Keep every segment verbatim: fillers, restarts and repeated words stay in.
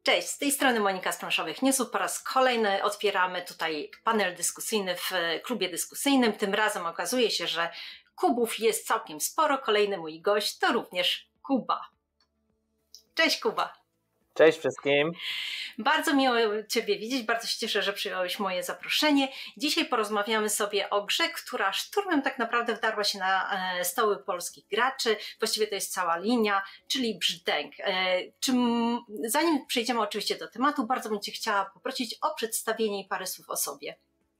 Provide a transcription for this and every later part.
Cześć, z tej strony Monika z Planszowych Newsów. Po raz kolejny otwieramy tutaj panel dyskusyjny w klubie dyskusyjnym. Tym razem okazuje się, że Kubów jest całkiem sporo. Kolejny mój gość to również Kuba. Cześć Kuba. Cześć wszystkim. Bardzo miło Ciebie widzieć, bardzo się cieszę, że przyjąłeś moje zaproszenie. Dzisiaj porozmawiamy sobie o grze, która szturmem tak naprawdę wdarła się na stoły polskich graczy. Właściwie to jest cała linia, czyli Brzdęk. Czym, zanim przejdziemy oczywiście do tematu, bardzo bym Cię chciała poprosić o przedstawienie i parę słów o sobie.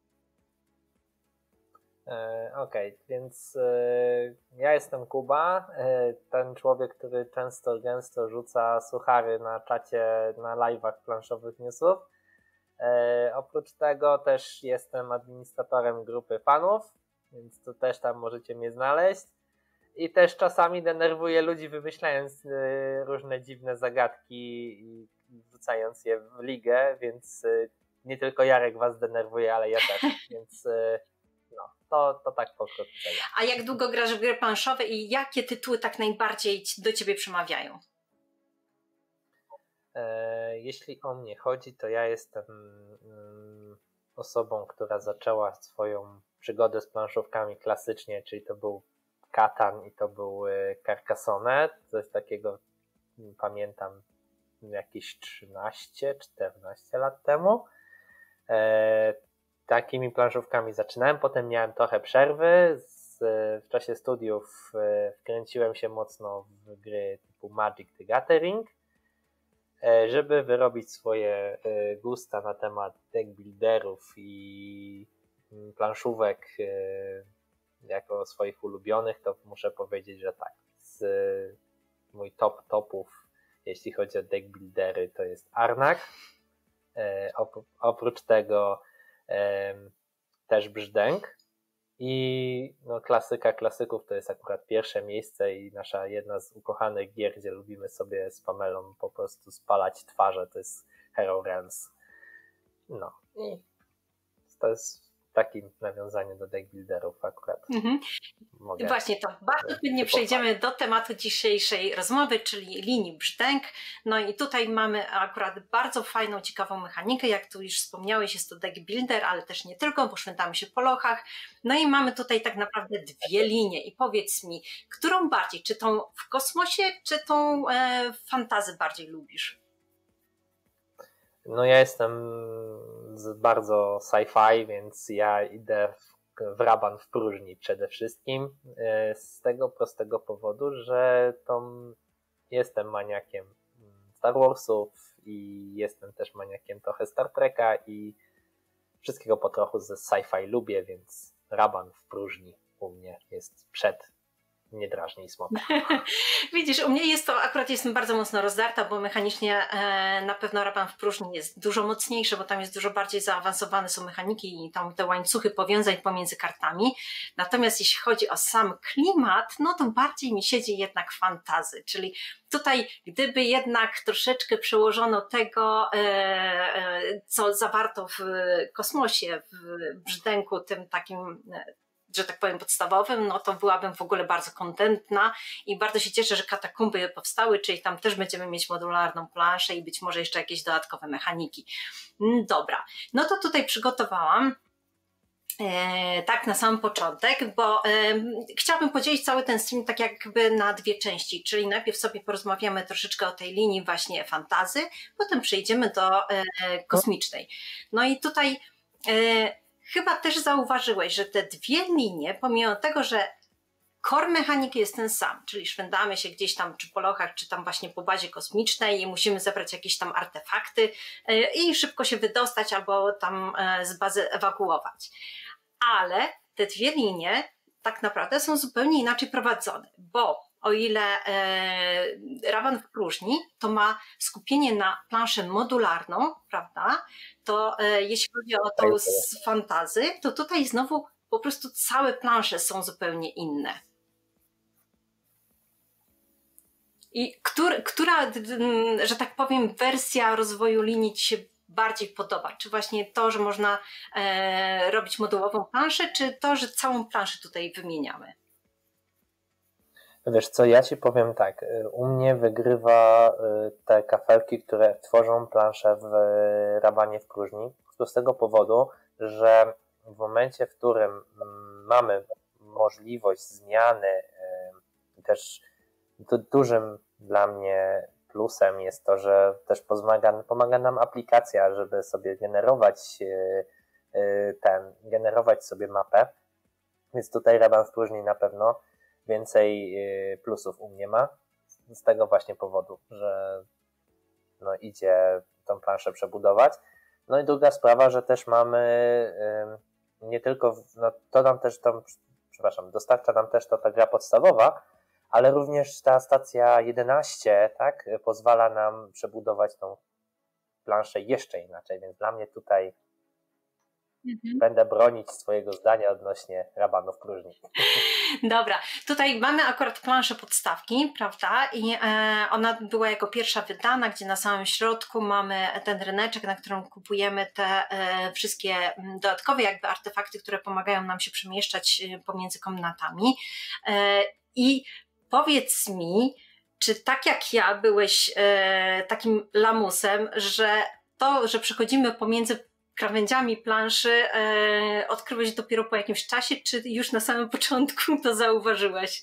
Okej, okay, więc e, ja jestem Kuba, e, ten człowiek, który często, gęsto rzuca suchary na czacie, na live'ach Planszowych Newsów. E, oprócz tego też jestem administratorem grupy fanów, więc tu też tam możecie mnie znaleźć. I też czasami denerwuję ludzi, wymyślając e, różne dziwne zagadki i wrzucając je w ligę, więc e, nie tylko Jarek was denerwuje, ale ja też, więc... E, No, to, to tak pokrótce. A jak długo grasz w gry planszowe i jakie tytuły tak najbardziej do Ciebie przemawiają? E, jeśli o mnie chodzi, to ja jestem mm, osobą, która zaczęła swoją przygodę z planszówkami klasycznie, czyli to był Katan i to był Carcassonne. Coś takiego pamiętam jakieś trzynaście czternaście lat temu. E, Takimi planszówkami zaczynałem, potem miałem trochę przerwy. Z, w czasie studiów wkręciłem się mocno w gry typu Magic the Gathering, żeby wyrobić swoje gusta na temat deck builderów i planszówek jako swoich ulubionych, to muszę powiedzieć, że tak. Z, mój top topów, jeśli chodzi o deck buildery, to jest Arnak. Oprócz tego też Brzdęk i no, klasyka klasyków to jest akurat pierwsze miejsce i nasza jedna z ukochanych gier, gdzie lubimy sobie z Pamelą po prostu spalać twarze, to jest Hero Realms. No i to jest takim nawiązanie do deck builderów akurat. Mhm. Mogę Właśnie to bardzo płynnie przejdziemy do tematu dzisiejszej rozmowy, czyli linii Brzdęk. No i tutaj mamy akurat bardzo fajną, ciekawą mechanikę, jak tu już wspomniałeś, jest to deck builder, ale też nie tylko, bo szwendamy się po lochach. No i mamy tutaj tak naprawdę dwie linie i powiedz mi, którą bardziej, czy tą w kosmosie, czy tą e, fantazy bardziej lubisz? No ja jestem z bardzo sci-fi, więc ja idę w, w raban w próżni przede wszystkim, z tego prostego powodu, że to jestem maniakiem Star Warsów i jestem też maniakiem trochę Star Treka i wszystkiego po trochu ze sci-fi lubię, więc raban w próżni u mnie jest przed nie drażnij smoka. Widzisz, u mnie jest to, akurat jestem bardzo mocno rozdarta, bo mechanicznie e, na pewno raban w próżni jest dużo mocniejszy, bo tam jest dużo bardziej zaawansowane są mechaniki i tam te łańcuchy powiązań pomiędzy kartami. Natomiast jeśli chodzi o sam klimat, no to bardziej mi siedzi jednak fantazy, czyli tutaj gdyby jednak troszeczkę przełożono tego, e, e, co zawarto w kosmosie, w Brzdęku, tym takim e, że tak powiem podstawowym, no to byłabym w ogóle bardzo kontentna i bardzo się cieszę, że katakumby powstały, czyli tam też będziemy mieć modularną planszę i być może jeszcze jakieś dodatkowe mechaniki. Dobra, no to tutaj przygotowałam E, tak na sam początek, bo e, chciałabym podzielić cały ten stream tak jakby na dwie części, czyli najpierw sobie porozmawiamy troszeczkę o tej linii właśnie fantazy, potem przejdziemy do e, kosmicznej. No i tutaj e, chyba też zauważyłeś, że te dwie linie, pomimo tego, że core mechaniki jest ten sam, czyli szwendamy się gdzieś tam czy po lochach, czy tam właśnie po bazie kosmicznej i musimy zebrać jakieś tam artefakty i szybko się wydostać albo tam z bazy ewakuować. Ale te dwie linie tak naprawdę są zupełnie inaczej prowadzone, bo o ile e, raban w próżni to ma skupienie na planszę modularną, prawda, to e, jeśli chodzi o tą z fantazy, to tutaj znowu po prostu całe plansze są zupełnie inne. I który, która, że tak powiem, wersja rozwoju linii Ci się bardziej podoba? Czy właśnie to, że można e, robić modułową planszę, czy to, że całą planszę tutaj wymieniamy? Wiesz co, ja ci powiem tak, u mnie wygrywa te kafelki, które tworzą planszę w rabanie w próżni, to z tego powodu, że w momencie, w którym mamy możliwość zmiany, też dużym dla mnie plusem jest to, że też pomaga, pomaga nam aplikacja, żeby sobie generować ten, generować sobie mapę, więc tutaj raban w próżni na pewno więcej plusów u mnie ma, z tego właśnie powodu, że no idzie tą planszę przebudować. No i druga sprawa, że też mamy nie tylko, no to nam też tą, przepraszam, dostarcza nam też to ta gra podstawowa, ale również ta stacja jedenaście, tak, pozwala nam przebudować tą planszę jeszcze inaczej, więc dla mnie tutaj Mhm. będę bronić swojego zdania odnośnie rabanów próżni. Dobra, tutaj mamy akurat planszę podstawki, prawda? I e, ona była jako pierwsza wydana, gdzie na samym środku mamy ten ryneczek, na którym kupujemy te e, wszystkie dodatkowe jakby artefakty, które pomagają nam się przemieszczać pomiędzy komnatami. E, I powiedz mi, czy tak jak ja byłeś e, takim lamusem, że to, że przechodzimy pomiędzy krawędziami planszy e, odkryłeś dopiero po jakimś czasie, czy już na samym początku to zauważyłeś?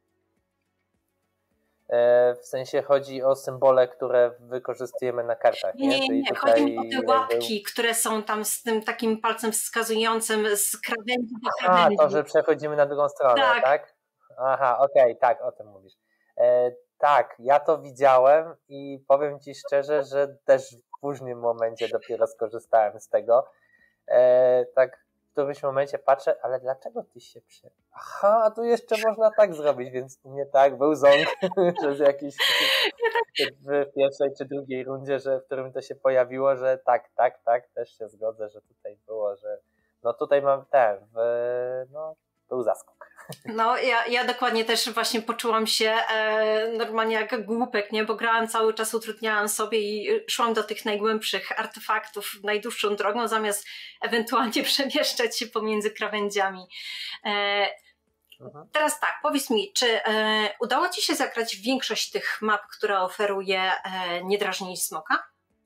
E, w sensie chodzi o symbole, które wykorzystujemy na kartach, nie? Nie, nie, Czyli nie. tutaj chodzi mi o te łapki, jakby... które są tam z tym takim palcem wskazującym z krawędzi do Aha, krawędzi. to, że przechodzimy na drugą stronę, tak? tak? Aha, okej, okay, tak, o tym mówisz. E, tak, ja to widziałem i powiem ci szczerze, że też w późnym momencie dopiero skorzystałem z tego. E, tak w którymś momencie patrzę, ale dlaczego ty się przy... Aha, tu jeszcze można tak zrobić, więc u mnie tak, był ząg przez jakiś w pierwszej czy drugiej rundzie, że w którym to się pojawiło, że tak, tak, tak, też się zgodzę, że tutaj było, że no tutaj mam ten, w, no był zaskok. No, ja, ja dokładnie też właśnie poczułam się e, normalnie jak głupek, nie? Bo grałam cały czas, utrudniałam sobie i szłam do tych najgłębszych artefaktów najdłuższą drogą, zamiast ewentualnie przemieszczać się pomiędzy krawędziami. E, mhm. Teraz tak, powiedz mi, czy e, udało ci się zagrać w większość tych map, które oferuje e, Nie drażnij smoka?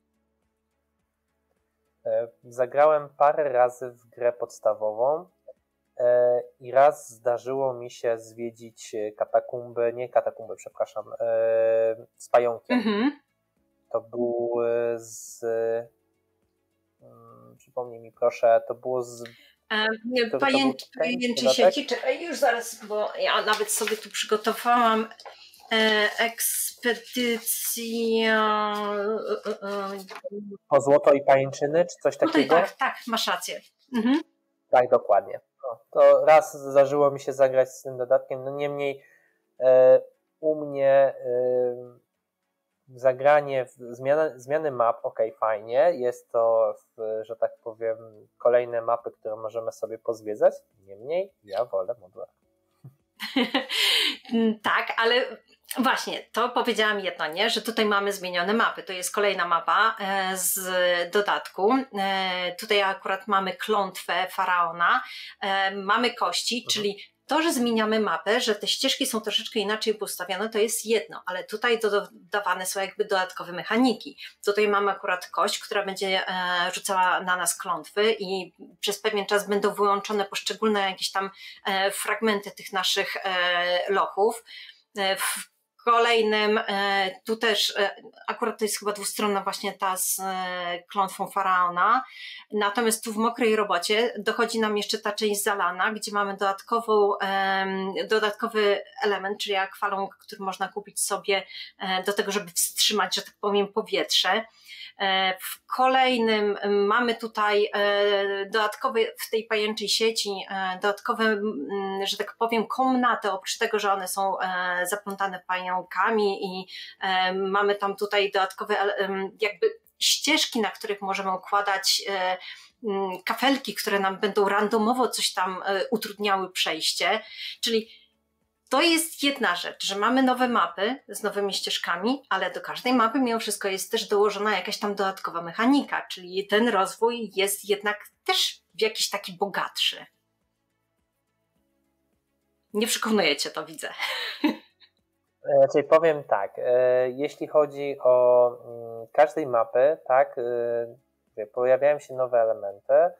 E, zagrałem parę razy w grę podstawową. I raz zdarzyło mi się zwiedzić katakumby, nie katakumby, przepraszam, z pająkiem. Mm-hmm. To był z... Przypomnij mi proszę, to było z... E, pajęczy, pajęczy sieci, czekaj, już zaraz, bo ja nawet sobie tu przygotowałam e, ekspedycja... Po złoto i pajęczyny, czy coś takiego? Tutaj tak, tak, masz rację. Mhm. Tak, dokładnie. No, to raz zdarzyło mi się zagrać z tym dodatkiem, no niemniej e, u mnie e, zagranie, zmiana, zmiany map, ok, fajnie, jest to, że tak powiem, kolejne mapy, które możemy sobie pozwiedzać, niemniej ja wolę modular. Tak, ale właśnie, to powiedziałam jedno, nie? Że tutaj mamy zmienione mapy. To jest kolejna mapa e, z dodatku. E, tutaj akurat mamy klątwę faraona, e, mamy kości, mhm. czyli to, że zmieniamy mapę, że te ścieżki są troszeczkę inaczej postawione, to jest jedno, ale tutaj dodawane są jakby dodatkowe mechaniki. Tutaj mamy akurat kość, która będzie e, rzucała na nas klątwy i przez pewien czas będą wyłączone poszczególne jakieś tam e, fragmenty tych naszych e, lochów. E, w kolejnym, e, tu też e, akurat to jest chyba dwustronna właśnie ta z e, klątwą faraona, natomiast tu w mokrej robocie dochodzi nam jeszcze ta część zalana, gdzie mamy dodatkową, e, dodatkowy element, czyli akwalung, który można kupić sobie e, do tego, żeby wstrzymać, że tak powiem, powietrze. W kolejnym mamy tutaj dodatkowe w tej pajęczej sieci dodatkowe, że tak powiem, komnaty, oprócz tego, że one są zaplątane pająkami i mamy tam tutaj dodatkowe jakby ścieżki, na których możemy układać kafelki, które nam będą randomowo coś tam utrudniały przejście, czyli to jest jedna rzecz, że mamy nowe mapy z nowymi ścieżkami, ale do każdej mapy mimo wszystko jest też dołożona jakaś tam dodatkowa mechanika, czyli ten rozwój jest jednak też w jakiś taki bogatszy. Nie przekonujecie to, widzę. Czyli powiem tak, jeśli chodzi o mm, każdej mapy, tak, y, pojawiają się nowe elementy y,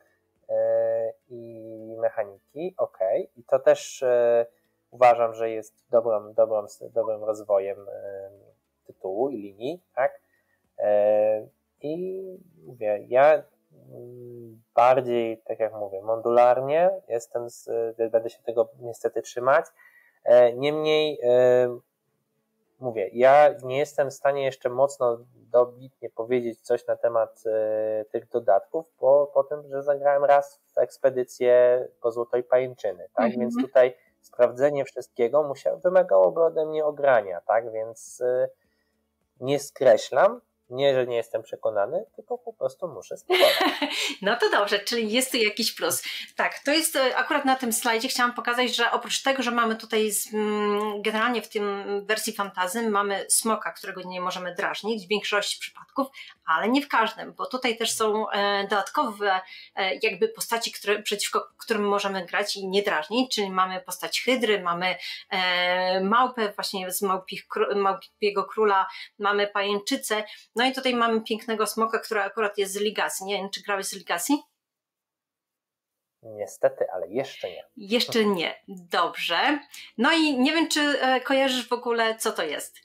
i mechaniki, ok, i to też y, uważam, że jest dobrym, dobrym, dobrym rozwojem y, tytułu i linii, tak, y, i mówię, ja y, bardziej, tak jak mówię, modularnie jestem, z, y, będę się tego niestety trzymać, y, niemniej y, mówię, ja nie jestem w stanie jeszcze mocno dobitnie powiedzieć coś na temat y, tych dodatków, po, po tym, że zagrałem raz w ekspedycję po Złotej Pajęczyny, tak, Mhm. więc tutaj sprawdzenie wszystkiego musiało, wymagałoby ode mnie ogrania, tak, więc y, nie skreślam, nie, że nie jestem przekonany, tylko po prostu muszę spróbować. No to dobrze, czyli jest tu jakiś plus. Tak, to jest akurat na tym slajdzie chciałam pokazać, że oprócz tego, że mamy tutaj z, generalnie w tym wersji fantasy mamy smoka, którego nie możemy drażnić w większości przypadków, ale nie w każdym, bo tutaj też są e, dodatkowe e, jakby postaci, które, przeciwko którym możemy grać i nie drażnić, czyli mamy postać hydry, mamy e, małpę właśnie z małpich, małpiego króla, mamy pajęczycę, no i tutaj mamy pięknego smoka, który akurat jest z Legacy. Nie wiem, czy grałeś z Legacy? Niestety, ale jeszcze nie. Jeszcze nie. Dobrze. No i nie wiem, czy kojarzysz w ogóle, co to jest?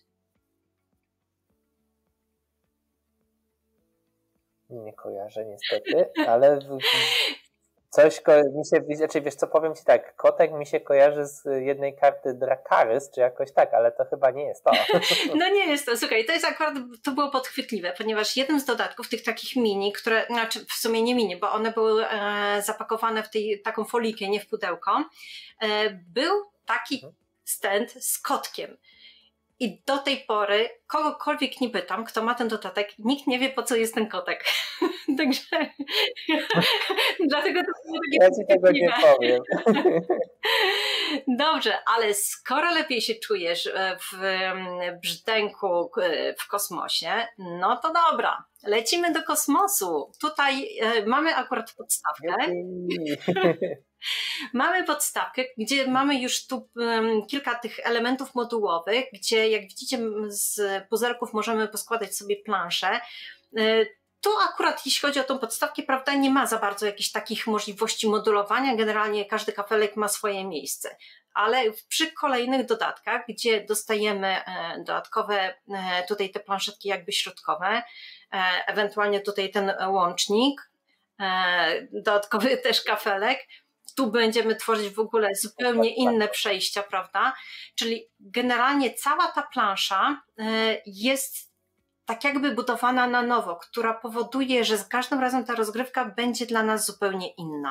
Nie kojarzę niestety, ale coś ko- mi się, znaczy wiesz co, powiem ci tak, kotek mi się kojarzy z jednej karty Dracarys, czy jakoś tak, ale to chyba nie jest to. No nie jest to, słuchaj, to jest akurat, to było podchwytliwe, ponieważ jednym z dodatków tych takich mini, które, znaczy w sumie nie mini, bo one były e, zapakowane w tej, taką folikę, nie w pudełko, e, był taki stand z kotkiem. I do tej pory kogokolwiek nie pytam, kto ma ten dodatek, nikt nie wie, po co jest ten kotek. Także dlatego to było takie Ja ci tego nie powiem. Dobrze, ale skoro lepiej się czujesz w brzdęku w kosmosie, no to dobra, lecimy do kosmosu. Tutaj mamy akurat podstawkę. Mamy podstawkę, gdzie mamy już tu um, kilka tych elementów modułowych, gdzie jak widzicie z puzelków możemy poskładać sobie plansze. Tu akurat jeśli chodzi o tą podstawkę, prawda, nie ma za bardzo jakichś takich możliwości modulowania, generalnie każdy kafelek ma swoje miejsce, ale przy kolejnych dodatkach, gdzie dostajemy dodatkowe tutaj te planszetki jakby środkowe, ewentualnie tutaj ten łącznik, dodatkowy też kafelek, tu będziemy tworzyć w ogóle zupełnie inne przejścia, prawda? Czyli generalnie cała ta plansza jest tak jakby budowana na nowo, która powoduje, że z każdym razem ta rozgrywka będzie dla nas zupełnie inna.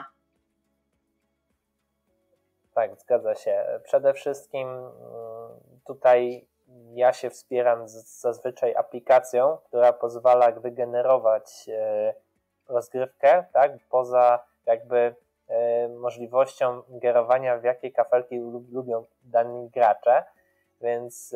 Tak, zgadza się. Przede wszystkim tutaj ja się wspieram z, zazwyczaj aplikacją, która pozwala wygenerować rozgrywkę, tak, poza jakby możliwością ingerowania w jakie kafelki lubią dani gracze, więc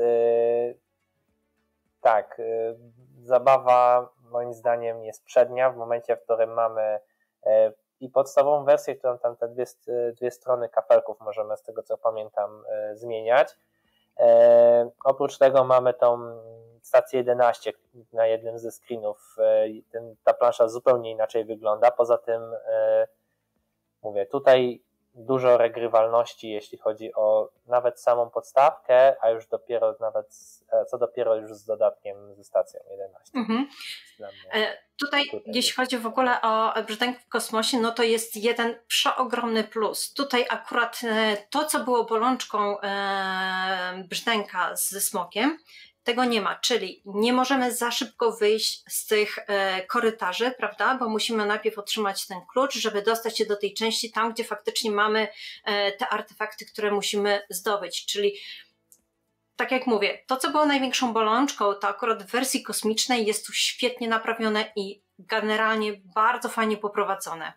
tak, zabawa moim zdaniem jest przednia w momencie, w którym mamy i podstawową wersję, którą tam te dwie, dwie strony kafelków możemy, z tego co pamiętam, zmieniać. Oprócz tego mamy tą stację jedenaście na jednym ze screenów. Ten, ta plansza zupełnie inaczej wygląda. Poza tym mówię, tutaj dużo regrywalności, jeśli chodzi o nawet samą podstawkę, a już dopiero nawet, co dopiero już z dodatkiem ze stacją jedenaście. Mhm. E, tutaj, tutaj jeśli chodzi w ogóle o brzdęk w kosmosie, no to jest jeden przeogromny plus. Tutaj akurat e, to, co było bolączką e, brzdęka ze smokiem, tego nie ma, czyli nie możemy za szybko wyjść z tych e, korytarzy, prawda, bo musimy najpierw otrzymać ten klucz, żeby dostać się do tej części tam, gdzie faktycznie mamy e, te artefakty, które musimy zdobyć, czyli tak jak mówię, to co było największą bolączką, to akurat w wersji kosmicznej jest tu świetnie naprawione i generalnie bardzo fajnie poprowadzone.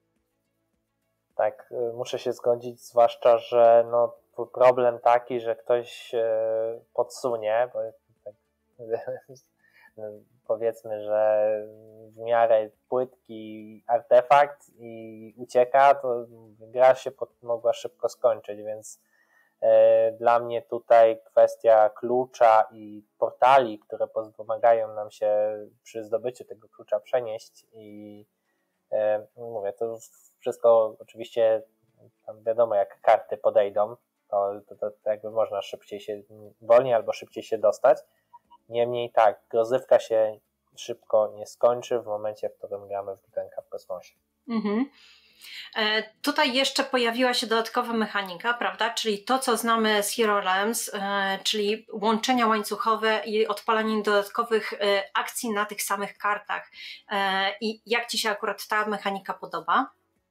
Tak, muszę się zgodzić, zwłaszcza, że no, problem taki, że ktoś podsunie, bo tak, powiedzmy, że w miarę płytki artefakt i ucieka, to gra się pod, mogła szybko skończyć, więc Dla mnie tutaj kwestia klucza i portali, które pomagają nam się przy zdobyciu tego klucza przenieść i mówię, to wszystko oczywiście tam wiadomo, jak karty podejdą, to, to, to jakby można szybciej się, wolniej albo szybciej się dostać. Niemniej tak, rozrywka się szybko nie skończy w momencie, w którym gramy w Bitenka w kosmosie. Mhm. E, tutaj jeszcze pojawiła się dodatkowa mechanika, prawda, czyli to, co znamy z Hero Realms, e, czyli łączenia łańcuchowe i odpalanie dodatkowych e, akcji na tych samych kartach. E, I jak Ci się akurat ta mechanika podoba?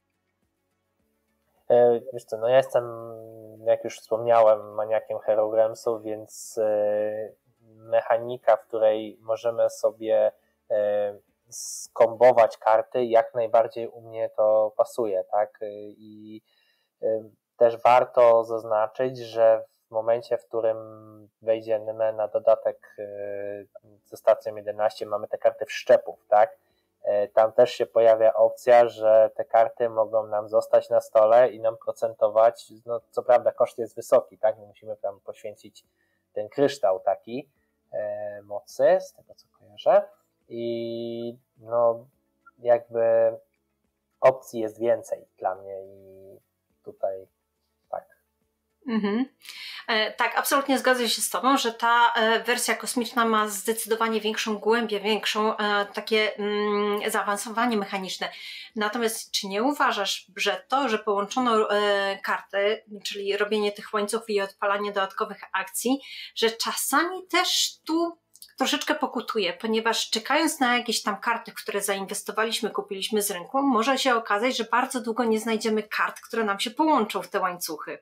E, wiesz co, no ja jestem, jak już wspomniałem, maniakiem Hero Realmsów, więc e, mechanika, w której możemy sobie e, skombować karty, jak najbardziej u mnie to pasuje, tak? I też warto zaznaczyć, że w momencie, w którym wejdziemy na dodatek ze stacją jedenaście, mamy te karty wszczepów, tak? Tam też się pojawia opcja, że te karty mogą nam zostać na stole i nam procentować, no co prawda koszt jest wysoki, tak? My musimy tam poświęcić ten kryształ taki e, mocy, z tego co kojarzę, i no jakby opcji jest więcej dla mnie i tutaj tak. Mhm. E, tak, absolutnie zgadzam się z Tobą, że ta e, wersja kosmiczna ma zdecydowanie większą głębię, większą e, takie mm, zaawansowanie mechaniczne. Natomiast czy nie uważasz, że to, że połączono e, karty, czyli robienie tych łańcuchów i odpalanie dodatkowych akcji, że czasami też tu troszeczkę pokutuje, ponieważ czekając na jakieś tam karty, w które zainwestowaliśmy, kupiliśmy z rynku, może się okazać, że bardzo długo nie znajdziemy kart, które nam się połączą w te łańcuchy.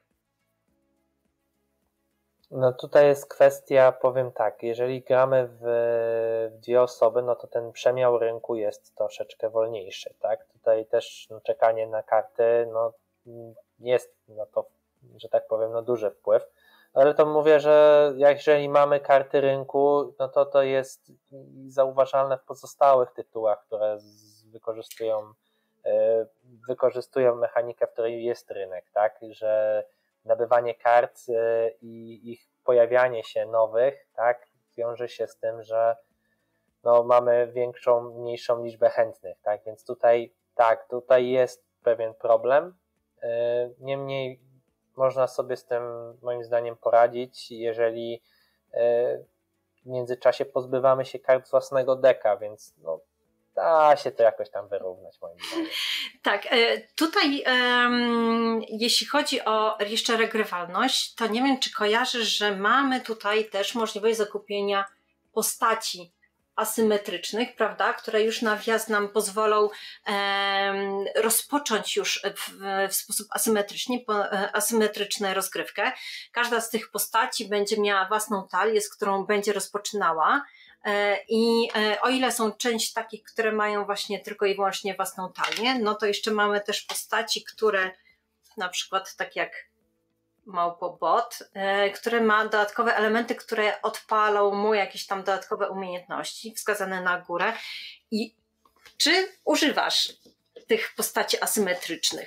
No tutaj jest kwestia, powiem tak, jeżeli gramy w dwie osoby, no to ten przemiał rynku jest troszeczkę wolniejszy, tak? Tutaj też no, czekanie na karty, no jest no to, że tak powiem, no duży wpływ, ale to mówię, że jeżeli mamy karty rynku, no to to jest zauważalne w pozostałych tytułach, które wykorzystują wykorzystują mechanikę, w której jest rynek, tak? Że nabywanie kart i ich pojawianie się nowych, tak, wiąże się z tym, że no, mamy większą, mniejszą liczbę chętnych, tak, więc tutaj tak, tutaj jest pewien problem. Niemniej można sobie z tym moim zdaniem poradzić, jeżeli w międzyczasie pozbywamy się kart z własnego deka, więc no, da się to jakoś tam wyrównać moim zdaniem. Tak, tutaj um, jeśli chodzi o jeszcze regrywalność, to nie wiem, czy kojarzysz, że mamy tutaj też możliwość zakupienia postaci asymetrycznych, prawda, które już na wjazd nam pozwolą um, rozpocząć już w, w sposób asymetrycznie, asymetryczną rozgrywkę. Każda z tych postaci będzie miała własną talię, z którą będzie rozpoczynała. I o ile są część takich, które mają właśnie tylko i wyłącznie własną talię, no to jeszcze mamy też postaci, które na przykład tak jak Małpobot, które ma dodatkowe elementy, które odpalą mu jakieś tam dodatkowe umiejętności wskazane na górę. I czy używasz tych postaci asymetrycznych?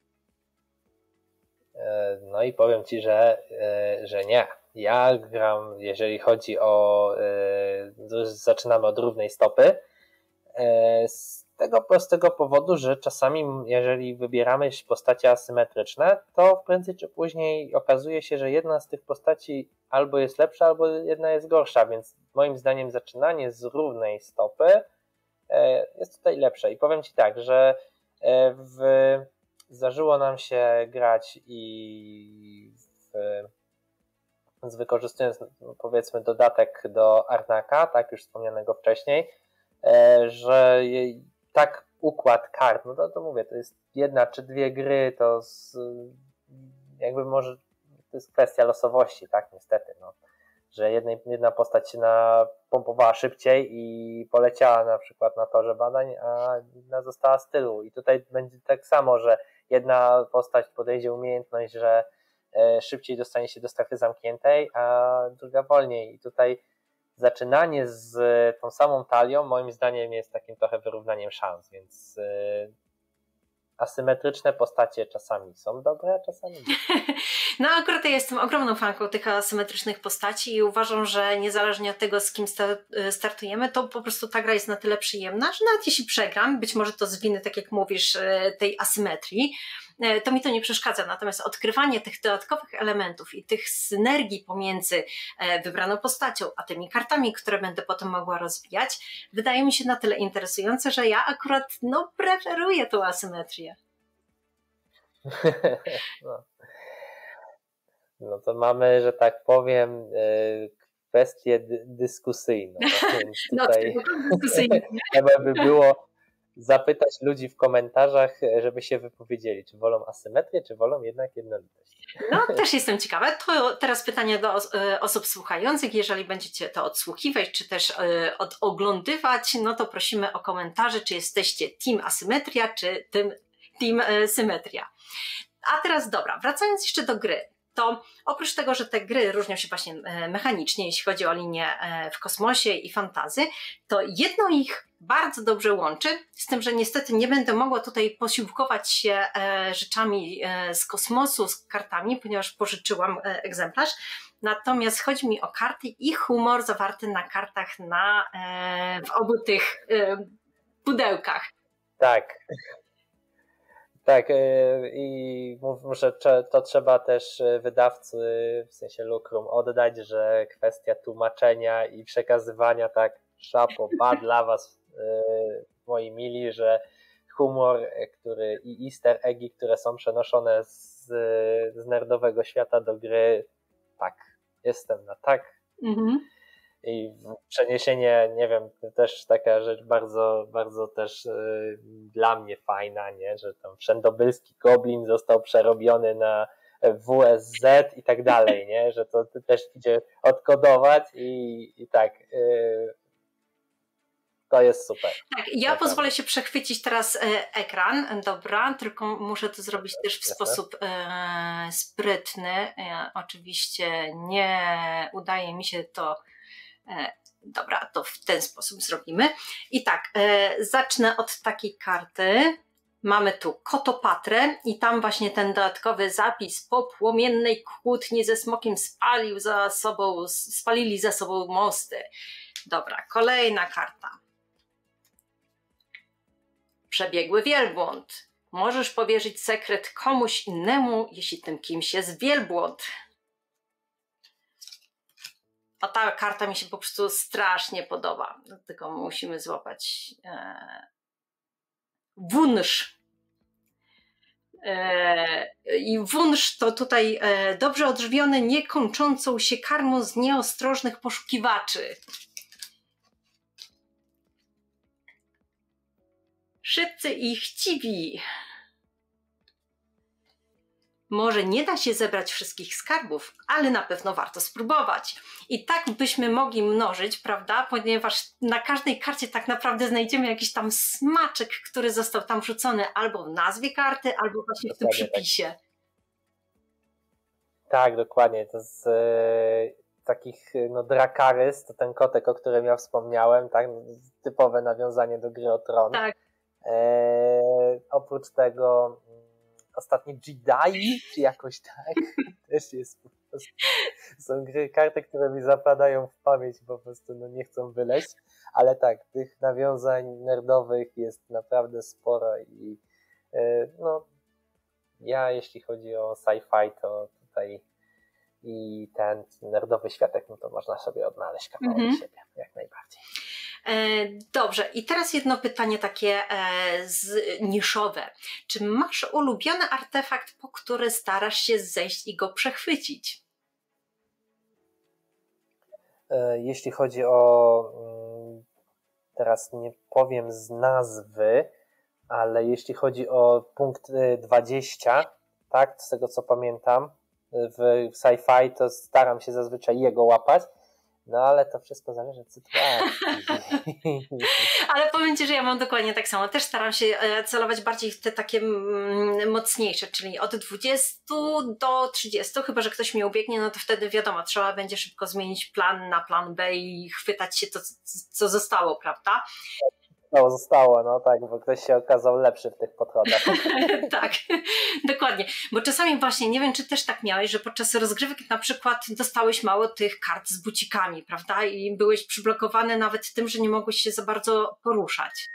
No i powiem Ci, że, że nie. Ja gram, jeżeli chodzi o, yy, zaczynamy od równej stopy, yy, z tego prostego powodu, że czasami jeżeli wybieramy postacie asymetryczne, to prędzej czy później okazuje się, że jedna z tych postaci albo jest lepsza, albo jedna jest gorsza, więc moim zdaniem zaczynanie z równej stopy yy, jest tutaj lepsze. I powiem Ci tak, że yy, w, zdarzyło nam się grać i w z wykorzystując powiedzmy dodatek do Arnaka, tak już wspomnianego wcześniej, że tak układ kart, no to, to mówię, to jest jedna czy dwie gry, to z, jakby może to jest kwestia losowości, tak niestety, no, że jednej, jedna postać się napompowała szybciej i poleciała na przykład na torze badań, a inna została z tyłu i tutaj będzie tak samo, że jedna postać podejdzie umiejętność, że szybciej dostanie się do strefy zamkniętej, a druga wolniej. I tutaj zaczynanie z tą samą talią moim zdaniem jest takim trochę wyrównaniem szans, więc asymetryczne postacie czasami są dobre, a czasami nie. No akurat ja jestem ogromną fanką tych asymetrycznych postaci i uważam, że niezależnie od tego, z kim startujemy, to po prostu ta gra jest na tyle przyjemna, że nawet jeśli przegram, być może to z winy, tak jak mówisz, tej asymetrii, to mi to nie przeszkadza. Natomiast odkrywanie tych dodatkowych elementów i tych synergii pomiędzy wybraną postacią, a tymi kartami, które będę potem mogła rozwijać, wydaje mi się na tyle interesujące, że ja akurat no, preferuję tą asymetrię. No. no to mamy, że tak powiem, kwestię dyskusyjną. Więc tutaj trzeba by było zapytać ludzi w komentarzach, żeby się wypowiedzieli, czy wolą asymetrię, czy wolą jednak jednolitość. No, też jestem ciekawa. To teraz pytanie do osób słuchających. Jeżeli będziecie to odsłuchiwać, czy też odoglądywać, no to prosimy o komentarze, czy jesteście team asymetria, czy team symetria. A teraz dobra, wracając jeszcze do gry, to oprócz tego, że te gry różnią się właśnie mechanicznie, jeśli chodzi o linię w kosmosie i fantazy, to jedno ich bardzo dobrze łączy, z tym, że niestety nie będę mogła tutaj posiłkować się rzeczami z kosmosu, z kartami, ponieważ pożyczyłam egzemplarz. Natomiast chodzi mi o karty i humor zawarty na kartach na, w obu tych pudełkach. Tak. Tak, i muszę, to trzeba też wydawcy, w sensie Lucrum, oddać, że kwestia tłumaczenia i przekazywania, tak, szapo, ba dla was, moi mili, że humor, który i easter eggi, które są przenoszone z, z nerdowego świata do gry, tak, jestem na tak. Mhm. I przeniesienie, nie wiem, też taka rzecz bardzo, bardzo też y, dla mnie fajna, nie, że tam wszędobylski goblin został przerobiony na W S Z i tak dalej, nie, że to też idzie odkodować i, i tak, y, to jest super. Tak, ja naprawdę pozwolę się przechwycić teraz ekran, dobra, tylko muszę to zrobić też w Jasne. sposób e, sprytny. Ja, oczywiście nie udaje mi się to. E, dobra, to w ten sposób zrobimy. I tak, e, zacznę od takiej karty. Mamy tu Kotopatrę i tam właśnie ten dodatkowy zapis: po płomiennej kłótni ze smokiem spalił za sobą, spalili za sobą mosty. Dobra, kolejna karta. Przebiegły wielbłąd. Możesz powierzyć sekret komuś innemu, jeśli tym kimś jest wielbłąd. A ta karta mi się po prostu strasznie podoba. Tylko musimy złapać e, wunsz. E, I wunsz to tutaj e, dobrze odżywiony, niekończącą się karmą z nieostrożnych poszukiwaczy. Szybcy i chciwi. Może nie da się zebrać wszystkich skarbów, ale na pewno warto spróbować. I tak byśmy mogli mnożyć, prawda? Ponieważ na każdej karcie tak naprawdę znajdziemy jakiś tam smaczek, który został tam wrzucony albo w nazwie karty, albo właśnie dokładnie w tym przypisie. Tak, tak dokładnie. To z e, takich, no Dracarys, to ten kotek, o którym ja wspomniałem, tak? Typowe nawiązanie do Gry o Tron. Tak. E, oprócz tego ostatni Jedi, czy jakoś tak, też jest po prostu, są gry, karty, które mi zapadają w pamięć, po prostu no nie chcą wyleźć, ale tak, tych nawiązań nerdowych jest naprawdę sporo i e, no ja jeśli chodzi o sci-fi, to tutaj i ten nerdowy światek, no to można sobie odnaleźć kawałek mm-hmm. siebie, jak najbardziej. Dobrze, i teraz jedno pytanie takie z, niszowe. Czy masz ulubiony artefakt, po który starasz się zejść i go przechwycić? Jeśli chodzi o, teraz nie powiem z nazwy, ale jeśli chodzi o punkt dwadzieścia, tak, z tego co pamiętam, w sci-fi to staram się zazwyczaj jego łapać. No ale to wszystko zależy od sytuacji. Ale powiem Ci, że ja mam dokładnie tak samo. Też staram się celować bardziej w te takie mocniejsze, czyli od dwudziestu do trzydziestu, chyba że ktoś mnie ubiegnie, no to wtedy wiadomo, trzeba będzie szybko zmienić plan na plan B i chwytać się to, co zostało, prawda? zostało, zostało, no tak, bo ktoś się okazał lepszy w tych podchodach. Tak, dokładnie, bo czasami właśnie, nie wiem, czy też tak miałeś, że podczas rozgrywek na przykład dostałeś mało tych kart z bucikami, prawda, i byłeś przyblokowany nawet tym, że nie mogłeś się za bardzo poruszać.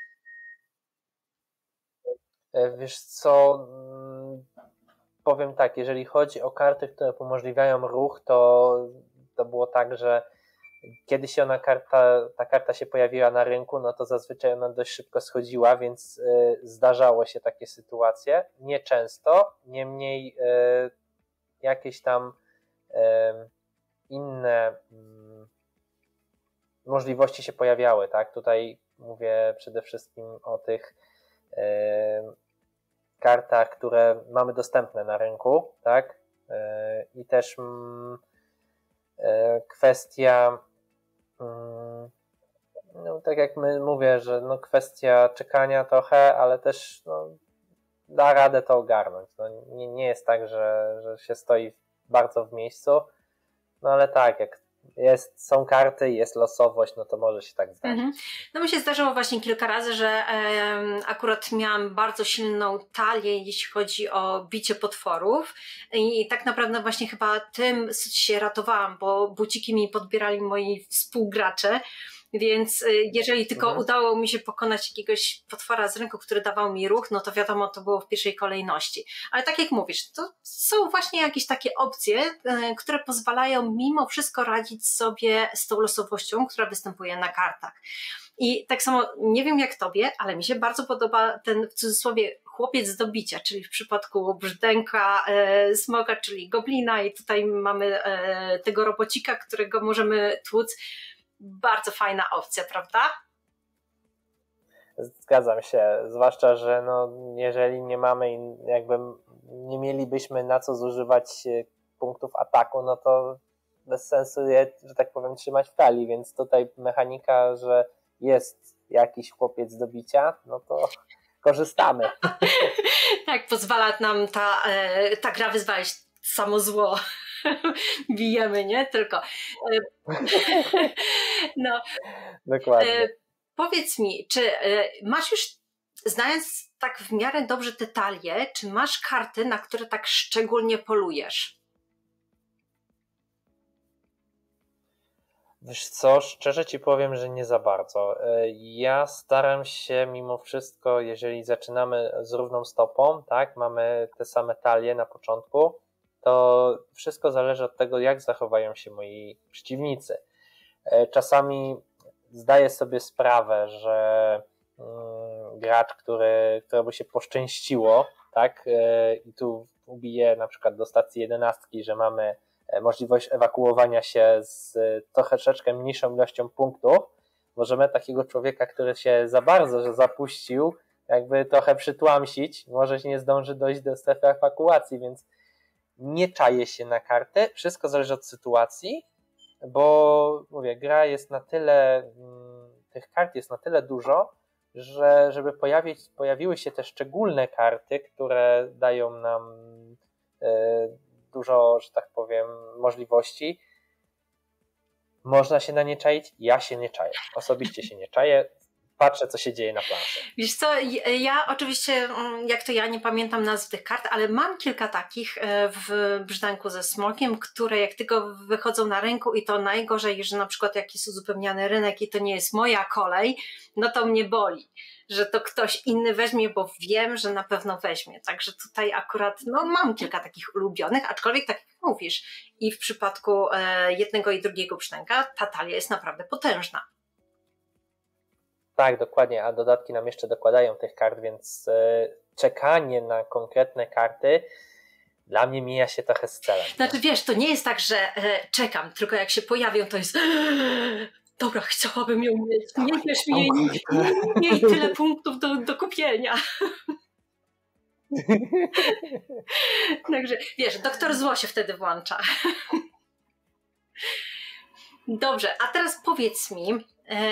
Wiesz co, powiem tak, jeżeli chodzi o karty, które umożliwiają ruch, to, to było tak, że kiedy się ona karta, ta karta się pojawiła na rynku, no to zazwyczaj ona dość szybko schodziła, więc y, zdarzało się takie sytuacje. Nie często, niemniej y, jakieś tam y, inne y, możliwości się pojawiały, tak? Tutaj mówię przede wszystkim o tych y, kartach, które mamy dostępne na rynku, tak? Y, I też y, kwestia no, tak jak my mówię, że no kwestia czekania trochę, ale też no, da radę to ogarnąć. No, nie, nie jest tak, że, że się stoi bardzo w miejscu, no ale tak, jak jest, są karty, jest losowość, no to może się tak zdarzyć. Mhm. No mi się zdarzyło właśnie kilka razy, że e, akurat miałam bardzo silną talię, jeśli chodzi o bicie potworów i tak naprawdę właśnie chyba tym się ratowałam, bo buciki mi podbierali moi współgracze. Więc jeżeli tylko mhm. udało mi się pokonać jakiegoś potwora z rynku, który dawał mi ruch, no to wiadomo, to było w pierwszej kolejności. Ale tak jak mówisz, to są właśnie jakieś takie opcje, które pozwalają mimo wszystko radzić sobie z tą losowością, która występuje na kartach. I tak samo, nie wiem jak tobie, ale mi się bardzo podoba ten w cudzysłowie chłopiec do bicia, czyli w przypadku brzdęka, e, smoga, czyli goblina i tutaj mamy e, tego robocika, którego możemy tłuc. Bardzo fajna opcja, prawda? Zgadzam się, zwłaszcza, że no, jeżeli nie mamy, jakby nie mielibyśmy na co zużywać punktów ataku, no to bez sensu je, że tak powiem, trzymać w talii, więc tutaj mechanika, że jest jakiś chłopiec do bicia, no to korzystamy. Tak, pozwala nam ta, ta gra wyzwalać samo zło. Bijemy, nie? Tylko. No. Dokładnie. Powiedz mi, czy masz już, znając tak w miarę dobrze te talie, czy masz karty, na które tak szczególnie polujesz? Wiesz co, szczerze ci powiem, że nie za bardzo. Ja staram się mimo wszystko, jeżeli zaczynamy z równą stopą, tak, mamy te same talie na początku, to wszystko zależy od tego, jak zachowają się moi przeciwnicy. Czasami zdaję sobie sprawę, że gracz, który, któremu się poszczęściło, tak, i tu ubije na przykład do stacji jedenastki, że mamy możliwość ewakuowania się z troszeczkę mniejszą ilością punktów, możemy takiego człowieka, który się za bardzo zapuścił, jakby trochę przytłamsić, może nie zdąży dojść do strefy ewakuacji, więc nie czaję się na kartę, wszystko zależy od sytuacji, bo mówię, gra jest na tyle, tych kart jest na tyle dużo, że żeby pojawić, pojawiły się te szczególne karty, które dają nam yy, dużo, że tak powiem, możliwości, można się na nie czaić, ja się nie czaję, osobiście się nie czaję, patrzę, co się dzieje na planszy. Wiesz co, ja oczywiście, jak to ja nie pamiętam nazw tych kart, ale mam kilka takich w Brzdęku ze Smokiem, które jak tylko wychodzą na rynku i to najgorzej, że na przykład jak jest uzupełniany rynek i to nie jest moja kolej, no to mnie boli, że to ktoś inny weźmie, bo wiem, że na pewno weźmie. Także tutaj akurat no, mam kilka takich ulubionych, aczkolwiek tak jak mówisz, i w przypadku jednego i drugiego Brzdęka ta talia jest naprawdę potężna. Tak, dokładnie, a dodatki nam jeszcze dokładają tych kart, więc czekanie na konkretne karty dla mnie mija się trochę z celem. Znaczy nie? Wiesz, to nie jest tak, że czekam, tylko jak się pojawią, to jest dobra, chciałabym ją mieć, nie wiesz mi jej, miej tyle punktów do, do kupienia. Także wiesz, doktor zło się wtedy włącza. Dobrze, a teraz powiedz mi,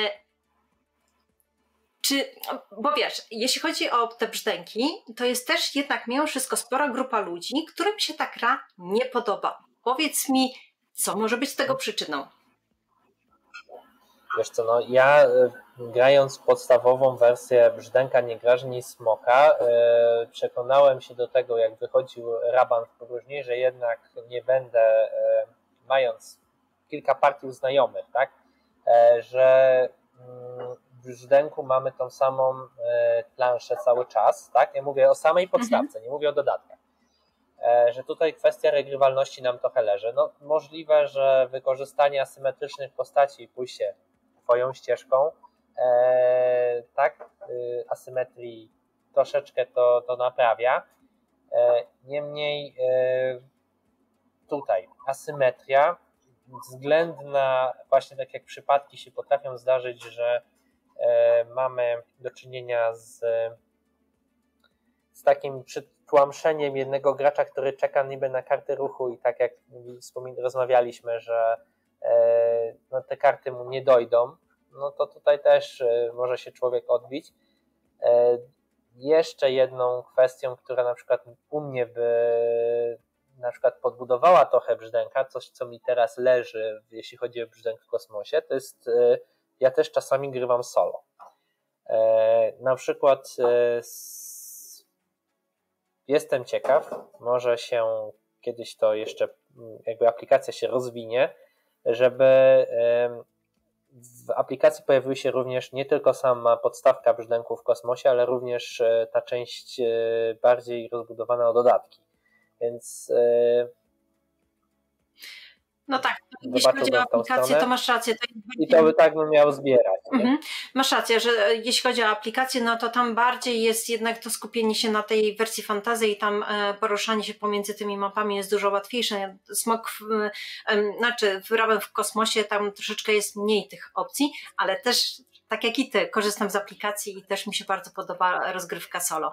czy, bo wiesz, jeśli chodzi o te brzdęki, to jest też jednak mimo wszystko spora grupa ludzi, którym się ta gra nie podoba. Powiedz mi, co może być tego przyczyną? Wiesz co, no ja grając podstawową wersję Brzdęka Nie Grażnij Smoka, przekonałem się do tego, jak wychodził Raban w podróżni, że jednak nie będę, mając kilka partii u znajomych, tak, że w Brzdęku mamy tą samą planszę cały czas, tak, ja mówię o samej podstawce, nie mówię o dodatkach, że tutaj kwestia regrywalności nam trochę leży. No, możliwe, że wykorzystanie asymetrycznych postaci i pójście twoją ścieżką, e, tak, y, asymetrii troszeczkę to, to naprawia. E, niemniej e, tutaj asymetria względna, właśnie tak jak przypadki się potrafią zdarzyć, że e, mamy do czynienia z, z takim przytłamszeniem jednego gracza, który czeka niby na karty ruchu i tak jak rozmawialiśmy, że e, no, te karty mu nie dojdą, no to tutaj też może się człowiek odbić. Jeszcze jedną kwestią, która na przykład u mnie by na przykład podbudowała trochę Brzdęka, coś co mi teraz leży, jeśli chodzi o Brzdęk w kosmosie, to jest, ja też czasami grywam solo. Na przykład jestem ciekaw, może się kiedyś to jeszcze jakby aplikacja się rozwinie, żeby w aplikacji pojawiły się również nie tylko sama podstawka Brzdęku w kosmosie, ale również ta część bardziej rozbudowana o dodatki. Więc no tak, jeśli chodzi o aplikację, to masz rację. To I to by tak bym miał zbierać. Mhm. Masz rację, że jeśli chodzi o aplikację, no to tam bardziej jest jednak to skupienie się na tej wersji fantasy i tam poruszanie się pomiędzy tymi mapami jest dużo łatwiejsze. Smok, w, znaczy w Raben w kosmosie tam troszeczkę jest mniej tych opcji, ale też tak jak i ty, korzystam z aplikacji i też mi się bardzo podoba rozgrywka solo.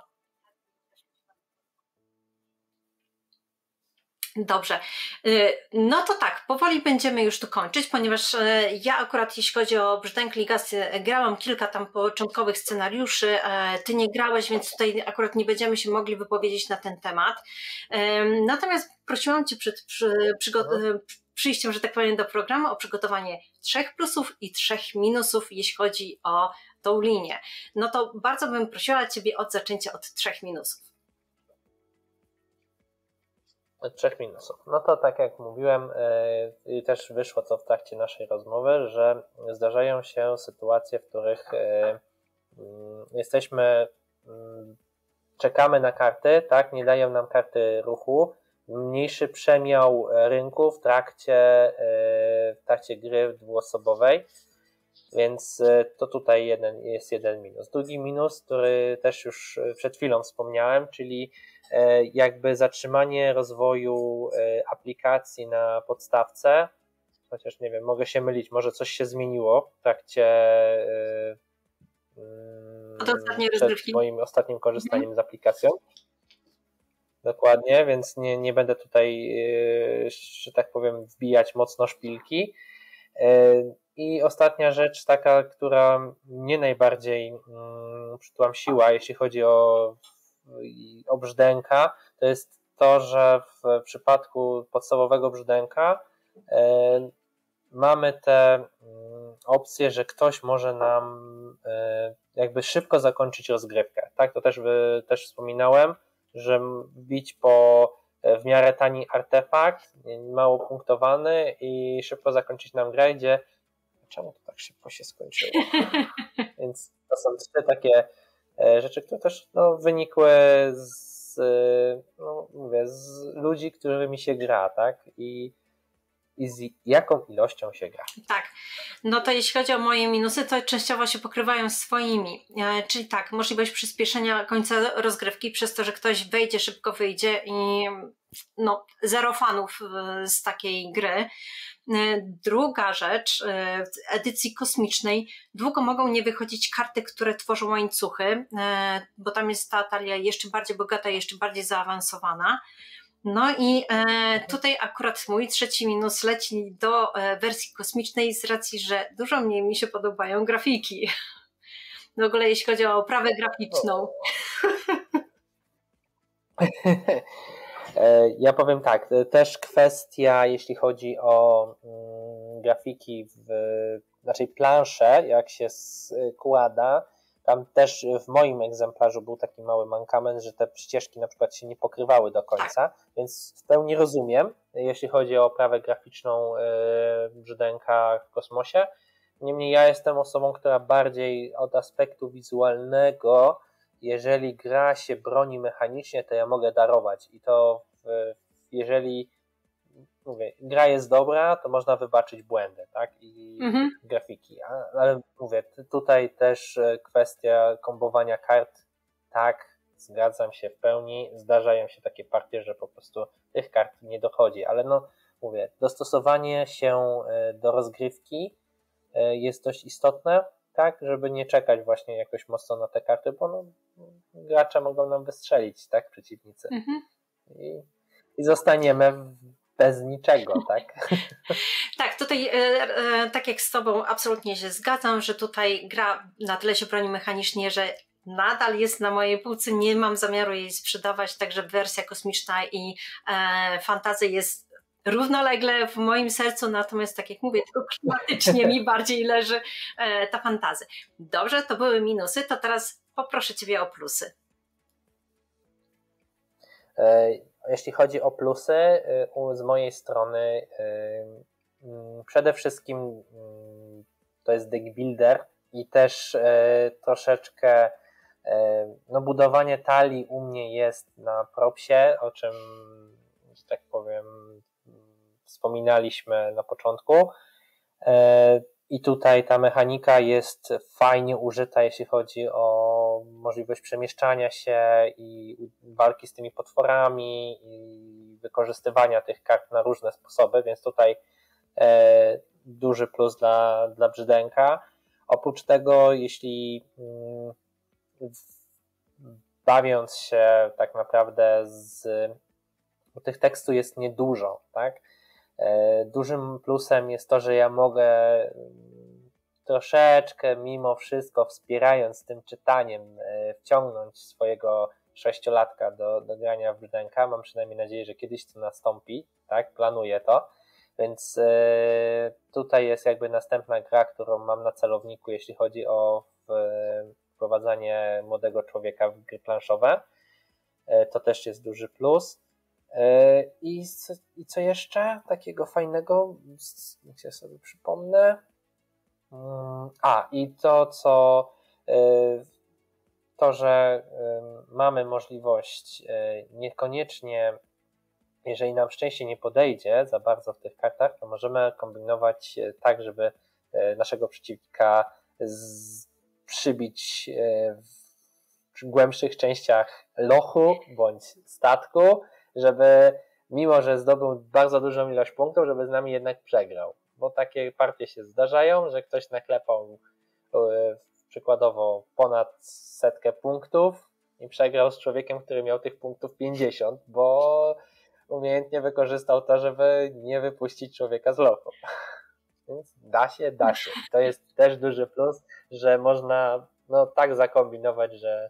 Dobrze, no to tak, powoli będziemy już tu kończyć, ponieważ ja akurat jeśli chodzi o Brzdęk Legacy grałam kilka tam początkowych scenariuszy, ty nie grałeś, więc tutaj akurat nie będziemy się mogli wypowiedzieć na ten temat. Natomiast prosiłam cię przed przy, przygo- przyjściem, że tak powiem, do programu o przygotowanie trzech plusów i trzech minusów, jeśli chodzi o tą linię. No to bardzo bym prosiła ciebie od zaczęcia od trzech minusów. Trzech minusów. No to tak jak mówiłem i też wyszło to w trakcie naszej rozmowy, że zdarzają się sytuacje, w których jesteśmy, czekamy na karty, tak, nie dają nam karty ruchu, mniejszy przemiał rynku w trakcie, w trakcie gry dwuosobowej, więc to tutaj jeden, jest jeden minus. Drugi minus, który też już przed chwilą wspomniałem, czyli jakby zatrzymanie rozwoju aplikacji na podstawce, chociaż nie wiem, mogę się mylić, może coś się zmieniło w trakcie przed moim ostatnim korzystaniem mhm. z aplikacją. Dokładnie, więc nie, nie będę tutaj, że tak powiem, wbijać mocno szpilki. I ostatnia rzecz taka, która mnie najbardziej przytłamsiła, jeśli chodzi o o Brzdęka, to jest to, że w przypadku podstawowego Brzdęka e, mamy te opcje, że ktoś może nam e, jakby szybko zakończyć rozgrywkę. Tak, to też, by, też wspominałem, że wbić po w miarę tani artefakt, mało punktowany i szybko zakończyć nam grę, gdzie czemu to tak szybko się skończyło? Więc to są trzy takie rzeczy, które też no, wynikły z, no, mówię, z ludzi, którymi się gra, tak? I, i z jaką ilością się gra. Tak, no to jeśli chodzi o moje minusy, to częściowo się pokrywają swoimi, e, czyli tak, możliwość przyspieszenia końca rozgrywki przez to, że ktoś wejdzie, szybko wyjdzie i no, zero fanów z takiej gry. Druga rzecz, w edycji kosmicznej długo mogą nie wychodzić karty, które tworzą łańcuchy, bo tam jest ta talia jeszcze bardziej bogata, jeszcze bardziej zaawansowana. No i tutaj akurat mój trzeci minus leci do wersji kosmicznej z racji, że dużo mniej mi się podobają grafiki. W ogóle jeśli chodzi o oprawę graficzną. Ja powiem tak, też kwestia, jeśli chodzi o grafiki w znaczy plansze, jak się składa, tam też w moim egzemplarzu był taki mały mankament, że te ścieżki na przykład się nie pokrywały do końca, więc w pełni rozumiem, jeśli chodzi o oprawę graficzną brzdęka w kosmosie. Niemniej ja jestem osobą, która bardziej od aspektu wizualnego, jeżeli gra się broni mechanicznie, to ja mogę darować i to jeżeli mówię, gra jest dobra, to można wybaczyć błędy, tak? I mhm. grafiki. Ale mówię, tutaj też kwestia kombowania kart, tak, zgadzam się w pełni. Zdarzają się takie partie, że po prostu tych kart nie dochodzi, ale no mówię, dostosowanie się do rozgrywki jest dość istotne, tak, żeby nie czekać właśnie jakoś mocno na te karty, bo no, gracze mogą nam wystrzelić, tak, przeciwnicy. Mhm. I, I zostaniemy bez niczego, tak? Tak, tutaj e, e, tak jak z Tobą absolutnie się zgadzam, że tutaj gra na tyle się broni mechanicznie, że nadal jest na mojej półce, nie mam zamiaru jej sprzedawać, także wersja kosmiczna i e, fantasy jest równolegle w moim sercu, natomiast tak jak mówię, tylko klimatycznie mi bardziej leży e, ta fantasy. Dobrze, to były minusy, to teraz poproszę Ciebie o plusy. Jeśli chodzi o plusy, z mojej strony przede wszystkim to jest deck builder i też troszeczkę no budowanie talii u mnie jest na propsie, o czym, że tak powiem, wspominaliśmy na początku. I tutaj ta mechanika jest fajnie użyta, jeśli chodzi o możliwość przemieszczania się i walki z tymi potworami i wykorzystywania tych kart na różne sposoby, więc tutaj e, duży plus dla, dla brzdęka. Oprócz tego, jeśli mm, bawiąc się tak naprawdę z, bo tych tekstu jest niedużo, tak? Dużym plusem jest to, że ja mogę troszeczkę mimo wszystko, wspierając tym czytaniem, wciągnąć swojego sześciolatka do, do grania w brzdęka. Mam przynajmniej nadzieję, że kiedyś to nastąpi, tak? Planuję to, więc tutaj jest jakby następna gra, którą mam na celowniku, jeśli chodzi o wprowadzanie młodego człowieka w gry planszowe. To też jest duży plus. I co, I co jeszcze takiego fajnego? Niech się sobie przypomnę. A, i to, co to, że mamy możliwość niekoniecznie, jeżeli nam szczęście nie podejdzie za bardzo w tych kartach, to możemy kombinować tak, żeby naszego przeciwnika z, przybić w głębszych częściach lochu bądź statku, żeby mimo, że zdobył bardzo dużą ilość punktów, żeby z nami jednak przegrał. Bo takie partie się zdarzają, że ktoś naklepał yy, przykładowo ponad setkę punktów i przegrał z człowiekiem, który miał tych punktów pięćdziesiąt, bo umiejętnie wykorzystał to, żeby nie wypuścić człowieka z lochu. Więc da się, da się. To jest też duży plus, że można no, tak zakombinować, że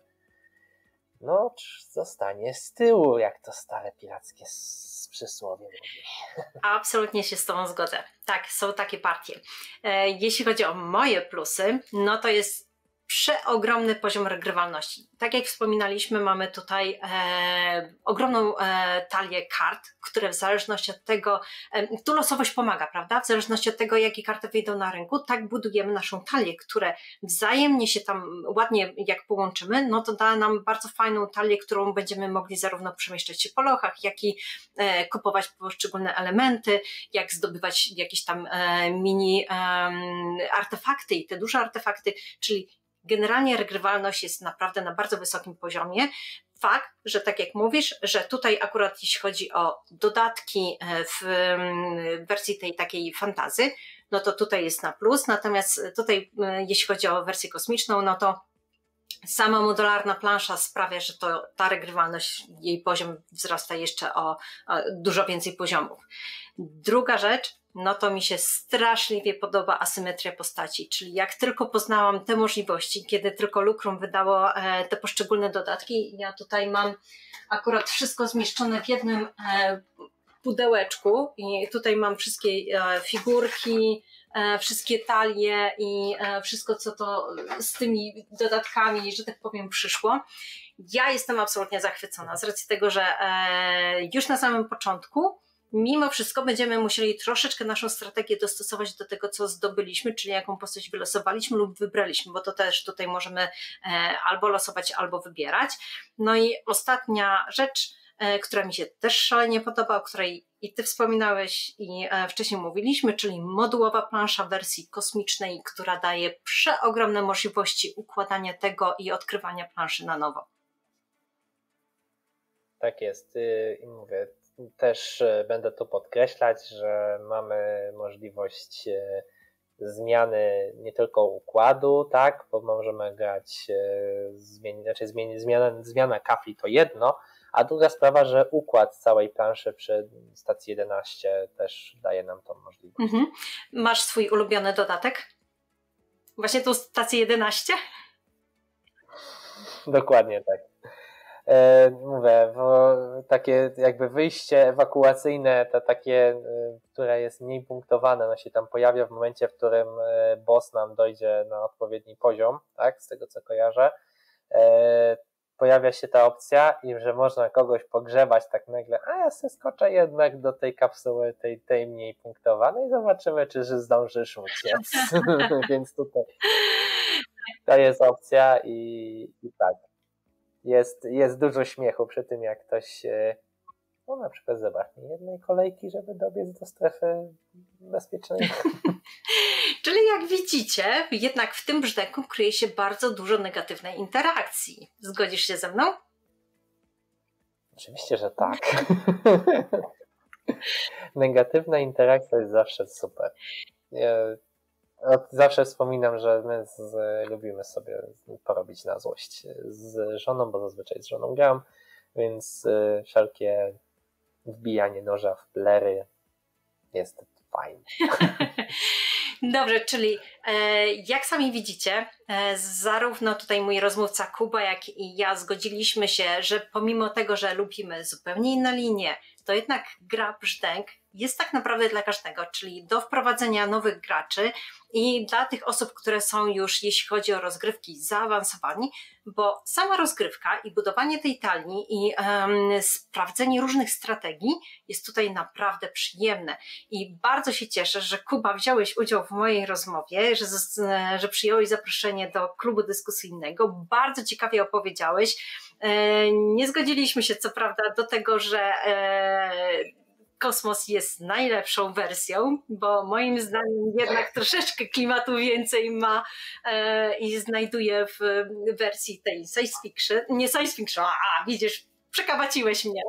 no, zostanie z tyłu, jak to stare pirackie przysłowie mówi. Absolutnie się z Tobą zgodzę. Tak, są takie partie. Jeśli chodzi o moje plusy, no to jest przeogromny poziom regrywalności. Tak jak wspominaliśmy, mamy tutaj e, ogromną e, talię kart, które w zależności od tego, e, tu losowość pomaga, prawda? W zależności od tego, jakie karty wyjdą na rynku, tak budujemy naszą talię, które wzajemnie się tam ładnie jak połączymy, no to da nam bardzo fajną talię, którą będziemy mogli zarówno przemieszczać się po lochach, jak i e, kupować poszczególne elementy, jak zdobywać jakieś tam e, mini e, artefakty i te duże artefakty, czyli generalnie regrywalność jest naprawdę na bardzo wysokim poziomie. Fakt, że tak jak mówisz, że tutaj akurat jeśli chodzi o dodatki w wersji tej takiej fantazy, no to tutaj jest na plus, natomiast tutaj jeśli chodzi o wersję kosmiczną, no to sama modularna plansza sprawia, że to, ta regrywalność, jej poziom wzrasta jeszcze o, o dużo więcej poziomów. Druga rzecz, no to mi się straszliwie podoba asymetria postaci, czyli jak tylko poznałam te możliwości, kiedy tylko Lucrum wydało e, te poszczególne dodatki, ja tutaj mam akurat wszystko zmieszczone w jednym e, pudełeczku i tutaj mam wszystkie e, figurki, wszystkie talie i wszystko, co to z tymi dodatkami, że tak powiem, przyszło. Ja jestem absolutnie zachwycona z racji tego, że już na samym początku mimo wszystko będziemy musieli troszeczkę naszą strategię dostosować do tego, co zdobyliśmy, czyli jaką postać wylosowaliśmy lub wybraliśmy, bo to też tutaj możemy albo losować, albo wybierać. No i ostatnia rzecz, która mi się też szalenie podoba, o której i Ty wspominałeś i wcześniej mówiliśmy, czyli modułowa plansza w wersji kosmicznej, która daje przeogromne możliwości układania tego i odkrywania planszy na nowo. Tak jest i mówię, też będę tu podkreślać, że mamy możliwość zmiany nie tylko układu, tak, bo możemy grać, zmieni, znaczy zmieni, zmiana, zmiana kafli to jedno, a druga sprawa, że układ całej planszy przy stacji jedenaście też daje nam tą możliwość. Mhm. Masz swój ulubiony dodatek? Właśnie tą stację jedenaście? Dokładnie tak. E, mówię, bo takie jakby wyjście ewakuacyjne, to takie, które jest mniej punktowane, no się tam pojawia w momencie, w którym boss nam dojdzie na odpowiedni poziom, tak, z tego co kojarzę. E, pojawia się ta opcja i że można kogoś pogrzebać tak nagle, a ja se skoczę jednak do tej kapsuły, tej, tej mniej punktowanej, zobaczymy, czy zdążysz uciec. Więc tutaj to jest opcja i, i tak. Jest, jest dużo śmiechu przy tym, jak ktoś no na przykład zabraknie jednej kolejki, żeby dobiec do strefy bezpiecznej. Czyli jak widzicie, jednak w tym brzdęku kryje się bardzo dużo negatywnej interakcji. Zgodzisz się ze mną? Oczywiście, że tak. Negatywna interakcja jest zawsze super. Ja zawsze wspominam, że my z, lubimy sobie porobić na złość z żoną, bo zazwyczaj z żoną gram, więc wszelkie wbijanie noża w plery jest fajne. Dobrze, czyli e, jak sami widzicie, e, zarówno tutaj mój rozmówca Kuba, jak i ja zgodziliśmy się, że pomimo tego, że lubimy zupełnie inne linie, to jednak gra brzdęk jest tak naprawdę dla każdego, czyli do wprowadzenia nowych graczy i dla tych osób, które są już, jeśli chodzi o rozgrywki, zaawansowani, bo sama rozgrywka i budowanie tej talii i um, sprawdzenie różnych strategii jest tutaj naprawdę przyjemne i bardzo się cieszę, że Kuba wziąłeś udział w mojej rozmowie, że, że przyjąłeś zaproszenie do klubu dyskusyjnego, bardzo ciekawie opowiedziałeś. Nie zgodziliśmy się co prawda do tego, że Kosmos jest najlepszą wersją, bo moim zdaniem jednak troszeczkę klimatu więcej ma e, i znajduje w wersji tej science fiction, nie science fiction, a widzisz, przekabaciłeś mnie.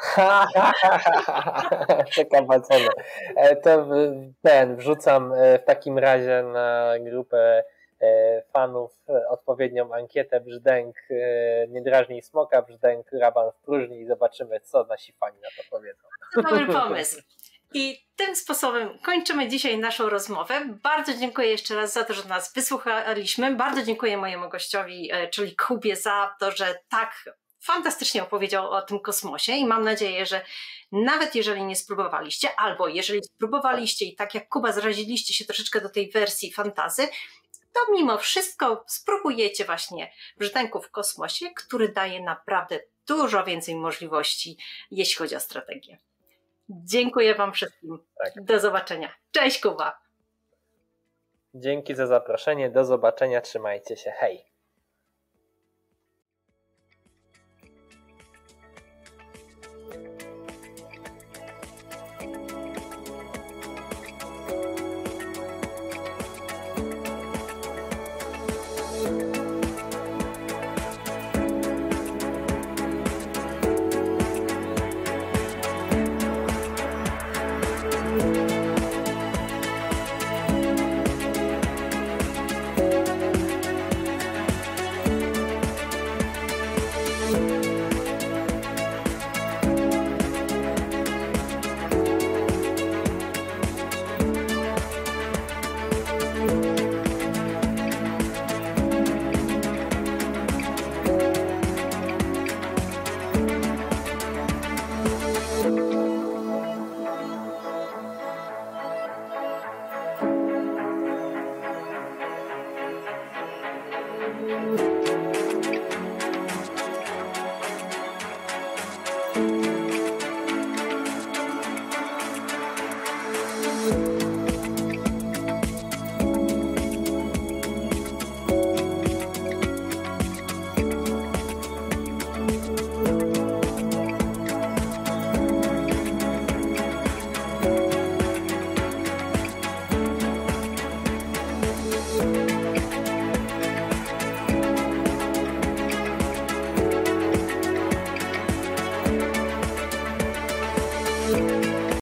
Przekabacone. To ten, wrzucam w takim razie na grupę fanów odpowiednią ankietę brzdęk, nie drażnij smoka, brzdęk, raban w próżni i zobaczymy, co nasi fani na to powiedzą. To dobry pomysł. I tym sposobem kończymy dzisiaj naszą rozmowę. Bardzo dziękuję jeszcze raz za to, że nas wysłuchaliśmy. Bardzo dziękuję mojemu gościowi, czyli Kubie, za to, że tak fantastycznie opowiedział o tym kosmosie i mam nadzieję, że nawet jeżeli nie spróbowaliście, albo jeżeli spróbowaliście i tak jak Kuba zaraziliście się troszeczkę do tej wersji fantasy, to mimo wszystko spróbujecie właśnie brzdęku w kosmosie, który daje naprawdę dużo więcej możliwości, jeśli chodzi o strategię. Dziękuję Wam wszystkim. Tak. Do zobaczenia. Cześć, Kuba. Dzięki za zaproszenie. Do zobaczenia. Trzymajcie się. Hej. Thank you.